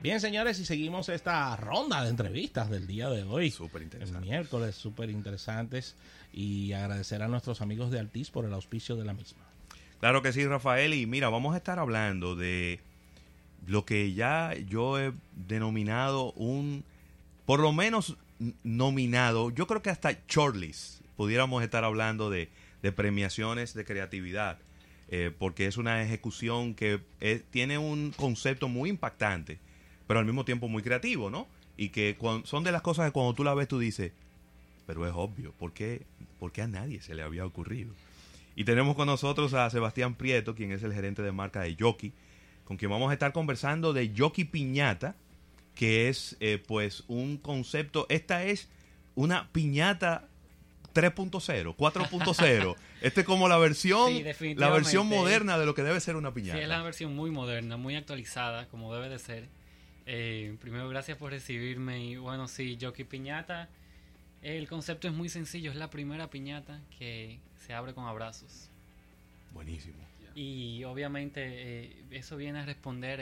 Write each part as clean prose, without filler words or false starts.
Bien, señores, y seguimos esta ronda de entrevistas del día de hoy. Súper El interesante. miércoles, súper interesantes. Y agradecer a nuestros amigos de Altiz por el auspicio de la misma. Claro que sí, Rafael. Y mira, vamos a estar hablando de lo que ya yo he denominado por lo menos nominado, yo creo que hasta shortlist, pudiéramos estar hablando de premiaciones de creatividad, porque es una ejecución que tiene un concepto muy impactante, pero al mismo tiempo muy creativo, ¿no? Y que son de las cosas que cuando tú la ves tú dices, pero es obvio, ¿por qué a nadie se le había ocurrido? Y tenemos con nosotros a Sebastián Prieto, quien es el gerente de marca de Yoki, con quien vamos a estar conversando de Yoki Piñata, que es pues un concepto. Esta es una piñata 3.0, 4.0. Este es como la versión moderna de lo que debe ser una piñata. Sí, es la versión muy moderna, muy actualizada, como debe de ser. Primero, gracias por recibirme. Y bueno, sí, Yoki Piñata, el concepto es muy sencillo. Es la primera piñata que se abre con abrazos. Buenísimo. Y obviamente eso viene a responder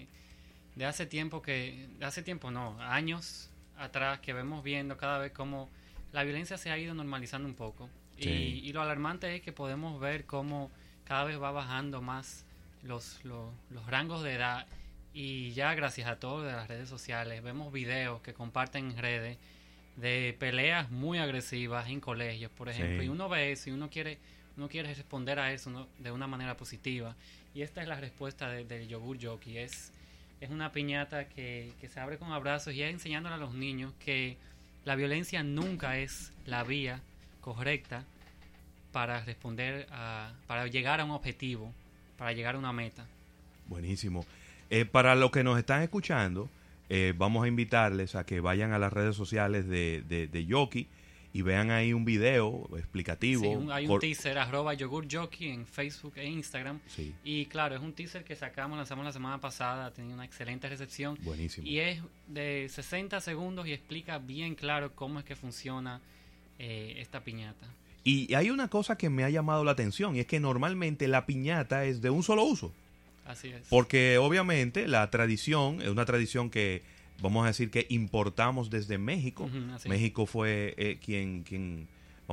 años atrás, que vemos viendo cada vez cómo la violencia se ha ido normalizando un poco. Sí. Y lo alarmante es que podemos ver cómo cada vez va bajando más los rangos de edad. Y ya gracias a todo de las redes sociales vemos videos que comparten en redes de peleas muy agresivas en colegios, por ejemplo. Sí. Y uno ve eso y uno quiere responder a eso de una manera positiva. Y esta es la respuesta del yogur Yoki. Es una piñata que se abre con abrazos y es enseñándole a los niños que la violencia nunca es la vía correcta para para llegar a un objetivo, para llegar a una meta. Buenísimo. Para los que nos están escuchando, vamos a invitarles a que vayan a las redes sociales de Yoki y vean ahí un video explicativo. Sí, hay un teaser, @yogurjoki en Facebook e Instagram. Sí. Y claro, es un teaser que lanzamos la semana pasada, ha tenido una excelente recepción. Buenísimo. Y es de 60 segundos y explica bien claro cómo es que funciona esta piñata. Y hay una cosa que me ha llamado la atención, y es que normalmente la piñata es de un solo uso. Así es. Porque obviamente la tradición es una tradición que vamos a decir que importamos desde México. México fue quien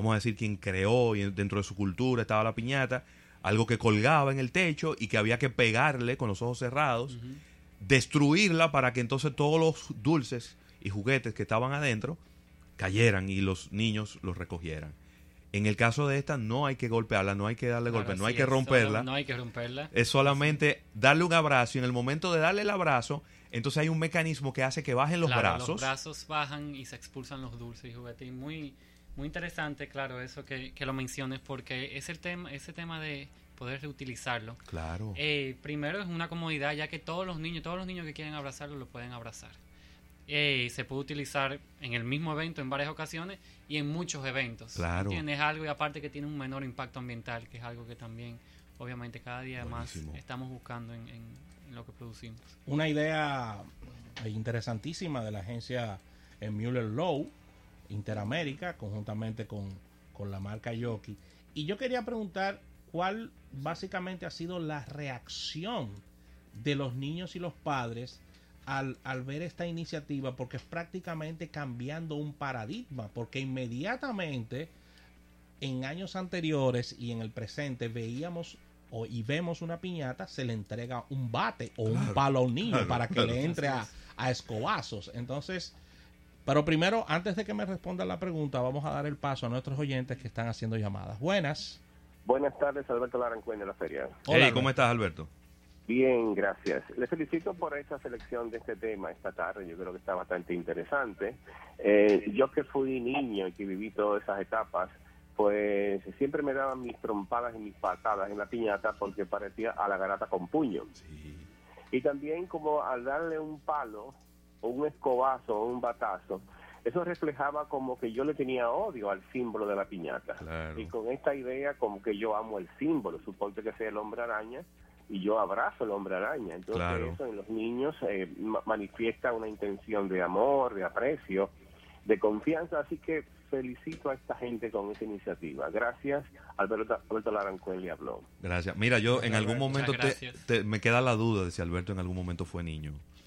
creó, y dentro de su cultura estaba la piñata, algo que colgaba en el techo y que había que pegarle con los ojos cerrados, destruirla para que entonces todos los dulces y juguetes que estaban adentro cayeran y los niños los recogieran. En el caso de esta no hay que golpearla, no hay que darle golpe, no hay que romperla. No hay que romperla. Es solamente darle un abrazo, y en el momento de darle el abrazo, entonces hay un mecanismo que hace que bajen los brazos. Los brazos bajan y se expulsan los dulces y juguetes. Y muy, muy interesante, claro, eso que lo menciones, porque ese tema de poder reutilizarlo. Claro. Primero es una comodidad, ya que todos los niños que quieren abrazarlo lo pueden abrazar. Se puede utilizar en el mismo evento en varias ocasiones y en muchos eventos. Claro. Tienes algo, y aparte que tiene un menor impacto ambiental, que es algo que también, obviamente, cada día Buenísimo. más estamos buscando en lo que producimos. Una idea interesantísima de la agencia Mueller Lowe Interamérica, conjuntamente con la marca Yoki. Y yo quería preguntar cuál básicamente ha sido la reacción de los niños y los padres al ver esta iniciativa, porque es prácticamente cambiando un paradigma, porque inmediatamente en años anteriores y en el presente veíamos y vemos una piñata, se le entrega un bate o un palo a un niño para que le entre a escobazos. Entonces, pero primero, antes de que me responda la pregunta, vamos a dar el paso a nuestros oyentes que están haciendo llamadas. Buenas. Buenas tardes, Alberto Larancuén de la Feria. Hola, hey, ¿cómo estás, Alberto? Bien, gracias. Le felicito por esta selección de este tema esta tarde. Yo creo que está bastante interesante. Yo que fui niño y que viví todas esas etapas, pues siempre me daban mis trompadas y mis patadas en la piñata porque parecía a la garata con puño. Sí. Y también como al darle un palo o un escobazo o un batazo, eso reflejaba como que yo le tenía odio al símbolo de la piñata. Claro. Y con esta idea como que yo amo el símbolo, suponte que sea el hombre araña, y yo abrazo al hombre araña. Entonces claro. Eso en los niños manifiesta una intención de amor, de aprecio, de confianza. Así que felicito a esta gente con esa iniciativa. Gracias, Alberto Larancuén le habló. Gracias. Mira, yo en algún momento me queda la duda de si Alberto en algún momento fue niño.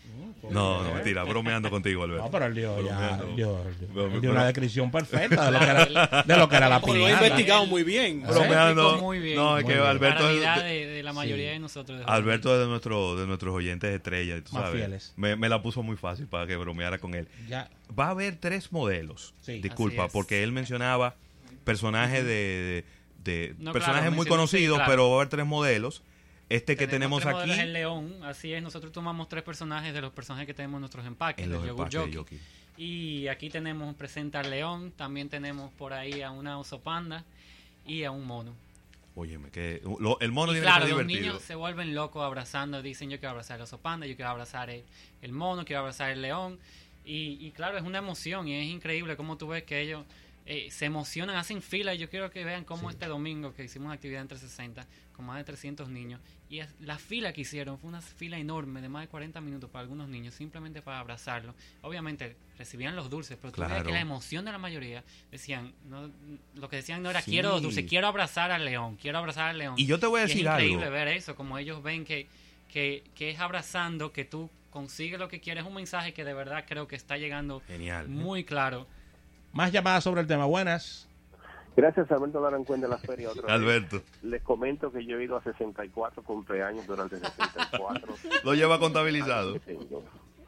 No, mentira, bromeando contigo, Alberto. No, pero él dio Bromeando. una descripción perfecta de lo que era la Lo he piñata. investigado muy bien. Bromeando. Muy bien. No, es Muy que bien. Alberto Para es realidad de la mayoría de nosotros. Alberto es de nuestros oyentes estrella, y tú Más sabes. fieles. Me la puso muy fácil para que bromeara con él. Ya, Va a haber 3 modelos. Sí. Disculpa, Así es. porque él mencionaba personajes No, personajes claro, muy mencioné, conocidos, sí, claro. pero va a haber 3 modelos. Este que tenemos tres aquí modelos, el león, así es. Nosotros tomamos 3 personajes de los personajes que tenemos en nuestros empaques. en los del yogur empaques de jockey. Yoki. Y aquí tenemos presenta al león, también tenemos por ahí a una oso panda y a un mono. Óyeme, que el mono Y tiene claro, que ser los divertido. niños se vuelven locos abrazando, dicen yo quiero abrazar el oso panda, yo quiero abrazar el mono, quiero abrazar el león. Y claro, es una emoción y es increíble cómo tú ves que ellos se emocionan, hacen fila. Y yo quiero que vean cómo este domingo que hicimos una actividad entre 60 con más de 300 niños y la fila que hicieron fue una fila enorme de más de 40 minutos para algunos niños simplemente para abrazarlo. Obviamente recibían los dulces, pero tú Claro. ves que la emoción de la mayoría decían, no, lo que decían no era Sí. quiero los dulces, quiero abrazar al león, quiero abrazar al león. Y yo te voy a Y decir es increíble algo. ver eso, como ellos ven que es abrazando, que tú consigues lo que quieres. Un mensaje que de verdad creo que está llegando Genial. muy claro. más llamadas sobre el tema. Buenas. Gracias, Alberto Narancuén de la feria. Otra vez. Alberto. Les comento que yo he ido a 64 cumpleaños durante 64. Lo lleva contabilizado. que tengo.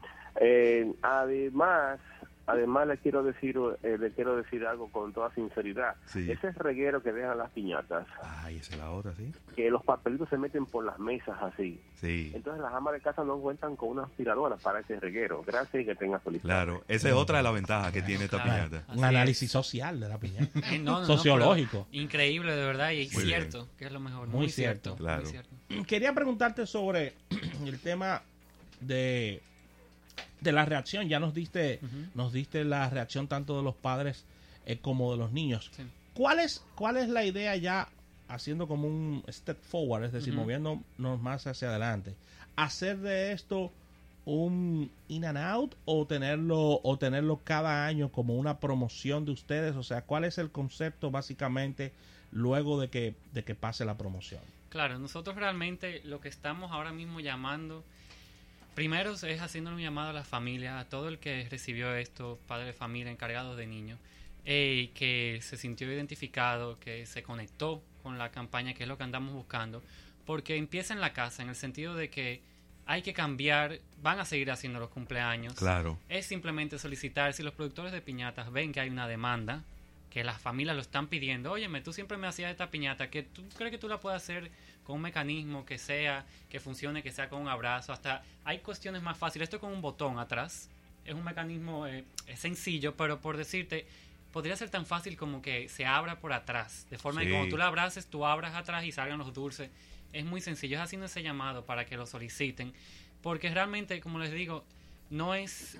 Además le quiero decir algo con toda sinceridad. Sí. Ese reguero que dejan las piñatas, Ay, esa es la otra, ¿sí? que los papelitos se meten por las mesas así. Sí. Entonces las amas de casa no cuentan con una aspiradora para ese reguero. Gracias y que tengas feliz tarde. Claro, esa es otra de las ventajas que tiene esta Claro. piñata. Así Un análisis es. social de la piñata. No, Sociológico. pero increíble, de verdad, y Muy cierto, que es lo mejor. Muy Muy cierto. cierto. Claro. Muy cierto. Quería preguntarte sobre el tema de la reacción. Ya nos diste la reacción tanto de los padres como de los niños. Sí. ¿Cuál es la idea ya haciendo como un step forward, es decir, moviéndonos más hacia adelante? ¿Hacer de esto un in and out o tenerlo cada año como una promoción de ustedes? O sea, ¿cuál es el concepto básicamente luego de que pase la promoción? Claro, nosotros realmente lo que estamos ahora mismo llamando, primero es haciendo un llamado a las familias, a todo el que recibió esto, padres de familia, encargados de niños, que se sintió identificado, que se conectó con la campaña, que es lo que andamos buscando, porque empieza en la casa, en el sentido de que hay que cambiar, van a seguir haciendo los cumpleaños. Claro. Es simplemente solicitar, si los productores de piñatas ven que hay una demanda, que las familias lo están pidiendo, óyeme, tú siempre me hacías esta piñata, que tú crees que tú la puedes hacer con un mecanismo que funcione, que sea con un abrazo, hasta hay cuestiones más fáciles, esto con un botón atrás, es un mecanismo es sencillo, pero por decirte, podría ser tan fácil como que se abra por atrás, de forma Sí. que cuando tú la abraces, tú abras atrás y salgan los dulces. Es muy sencillo, es haciendo ese llamado para que lo soliciten, porque realmente, como les digo, no es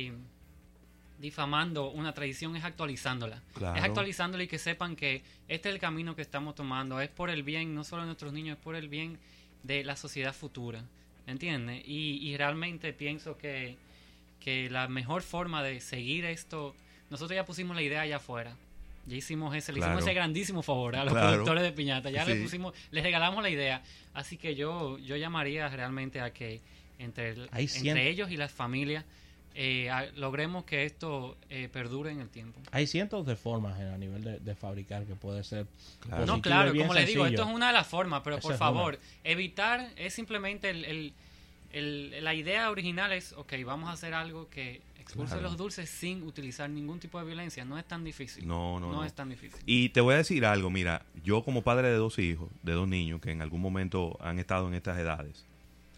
difamando una tradición, es actualizándola. Claro. Es actualizándola y que sepan que este es el camino que estamos tomando, es por el bien no solo de nuestros niños, es por el bien de la sociedad futura, ¿entiendes? Y realmente pienso que la mejor forma de seguir esto, nosotros ya pusimos la idea allá afuera, ya hicimos le Claro. hicimos ese grandísimo favor a los Claro. productores de piñata, ya Sí. les regalamos la idea, así que yo llamaría realmente a que entre ellos y las familias logremos que esto perdure en el tiempo. Hay cientos de formas a nivel de fabricar que puede ser Claro. positivo No, claro, y bien como les digo, sencillo. esto es una de las formas, pero Esa por es favor, evitar es simplemente la idea original es, ok, vamos a hacer algo que expulse Claro. los dulces sin utilizar ningún tipo de violencia. No es tan difícil. No. es tan difícil. Y te voy a decir algo, mira, yo como padre de 2 hijos, de 2 niños que en algún momento han estado en estas edades,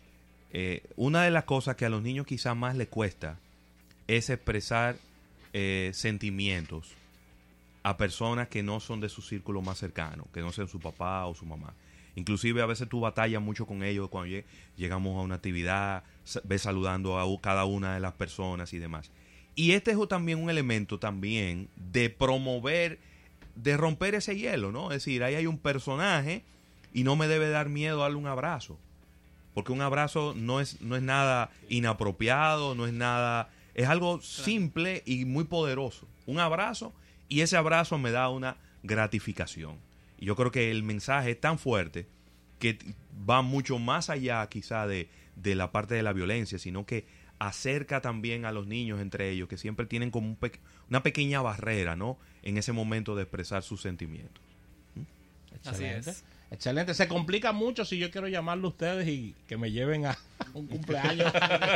una de las cosas que a los niños quizás más les cuesta es expresar sentimientos a personas que no son de su círculo más cercano, que no sean su papá o su mamá. Inclusive a veces tú batallas mucho con ellos cuando llegamos a una actividad, ves saludando a cada una de las personas y demás. Y este es también un elemento también de promover, de romper ese hielo, ¿no? Es decir, ahí hay un personaje y no me debe dar miedo darle un abrazo. Porque un abrazo no es nada inapropiado, no es nada... Es algo simple y muy poderoso. Un abrazo, y ese abrazo me da una gratificación. Y yo creo que el mensaje es tan fuerte que va mucho más allá quizá de la parte de la violencia, sino que acerca también a los niños entre ellos, que siempre tienen como una pequeña barrera, ¿no? En ese momento de expresar sus sentimientos. Excelente. Así es. Excelente. Se complica mucho si yo quiero llamarlo a ustedes y que me lleven a un cumpleaños.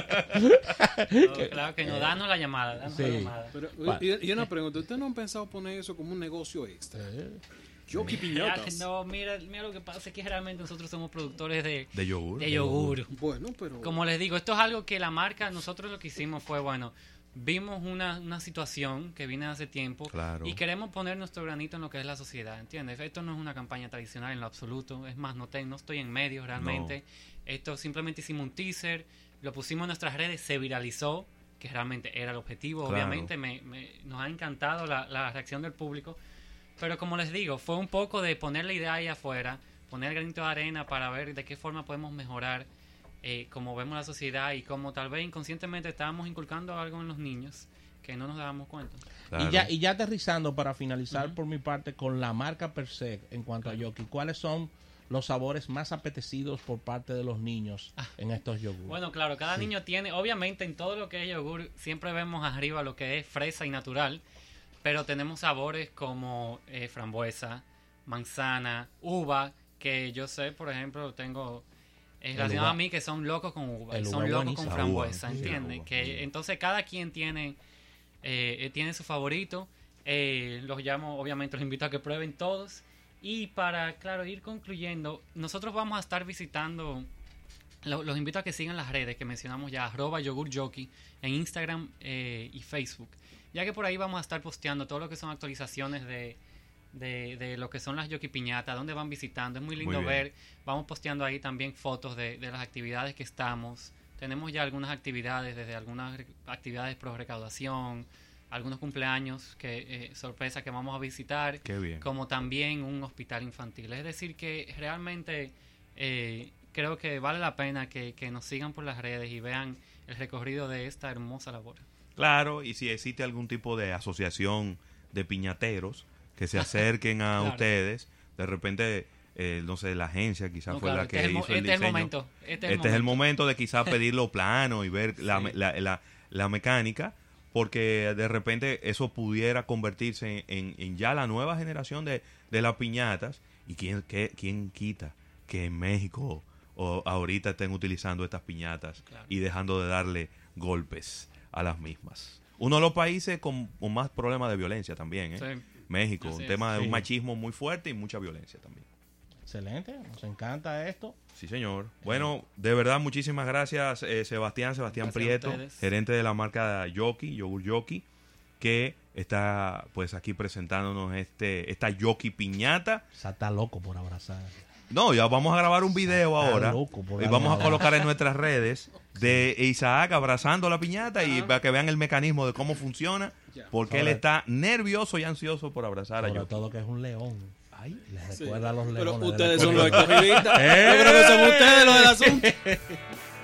Claro que no, danos la llamada. Danos Sí. la llamada. Pero, y una pregunta, ¿ustedes no han pensado poner eso como un negocio extra? Jockey piñatas. No, mira lo que pasa es que realmente nosotros somos productores De yogur. de yogur. Bueno, pero... Como les digo, esto es algo que la marca, nosotros lo que hicimos fue, bueno, vimos una situación que viene hace tiempo Claro. y queremos poner nuestro granito en lo que es la sociedad, ¿entiendes? Esto no es una campaña tradicional en lo absoluto, es más, no estoy en medios realmente. Esto simplemente hicimos un teaser, lo pusimos en nuestras redes, se viralizó, que realmente era el objetivo, Claro. obviamente nos ha encantado la reacción del público, pero como les digo, fue un poco de poner la idea ahí afuera, poner el granito de arena para ver de qué forma podemos mejorar como vemos la sociedad y como tal vez inconscientemente estábamos inculcando algo en los niños que no nos dábamos cuenta. Claro. Y ya aterrizando para finalizar por mi parte con la marca per se en cuanto a Yoki, ¿cuáles son los sabores más apetecidos por parte de los niños en estos yogures? Bueno, claro, cada niño tiene, obviamente en todo lo que es yogur siempre vemos arriba lo que es fresa y natural, pero tenemos sabores como frambuesa, manzana, uva, que yo sé, por ejemplo, tengo relacionado a mí que son locos con uva, el son uva locos buenísimo. con frambuesa, La uva, sí, ¿entiendes? la uva, Que sí. entonces cada quien tiene su favorito, los llamo, obviamente los invito a que prueben todos y para, claro, ir concluyendo, nosotros vamos a estar visitando, los invito a que sigan las redes que mencionamos ya, @yogurjockey en Instagram y Facebook, ya que por ahí vamos a estar posteando todo lo que son actualizaciones de lo que son las Yoki Piñata, donde van visitando, es muy lindo Muy bien. ver, vamos posteando ahí también fotos de las actividades que estamos, tenemos ya algunas actividades, desde algunas actividades pro recaudación, algunos cumpleaños sorpresa que vamos a visitar, Qué bien. como también un hospital infantil, es decir que realmente creo que vale la pena que nos sigan por las redes y vean el recorrido de esta hermosa labor. Claro, y si existe algún tipo de asociación de piñateros que se acerquen a Claro. ustedes, de repente, no sé, la agencia quizás No, fue claro, la que este hizo el es el diseño. momento. Este Es el momento de quizás pedir los planos y ver Sí. la mecánica, porque de repente eso pudiera convertirse en ya la nueva generación de las piñatas. ¿Y quién quita que en México o ahorita estén utilizando estas piñatas Claro. y dejando de darle golpes a las mismas? Uno de los países con más problemas de violencia también, ¿eh? Sí. México, Así un es. tema de Sí. un machismo muy fuerte y mucha violencia también. Excelente, nos encanta esto. Sí, señor. Bueno, de verdad, muchísimas gracias, Sebastián Gracias a Prieto, ustedes. gerente de la marca Yoki, Yogur Yoki, que está pues aquí presentándonos esta Yoki Piñata. O sea, está loco por abrazar. No, ya vamos a grabar un video Está ahora loco por y vamos a darle colocar en nuestras redes de Isaac abrazando la piñata y Ajá. para que vean el mecanismo de cómo funciona, Ya. porque él Sobre- está nervioso y ansioso por abrazar a Sobre Yoki. todo que es un león. Ay, Les Sí. recuerda a los leones. Pero de la ustedes son los escuela. escogidistas. Yo creo que son ustedes los del asunto.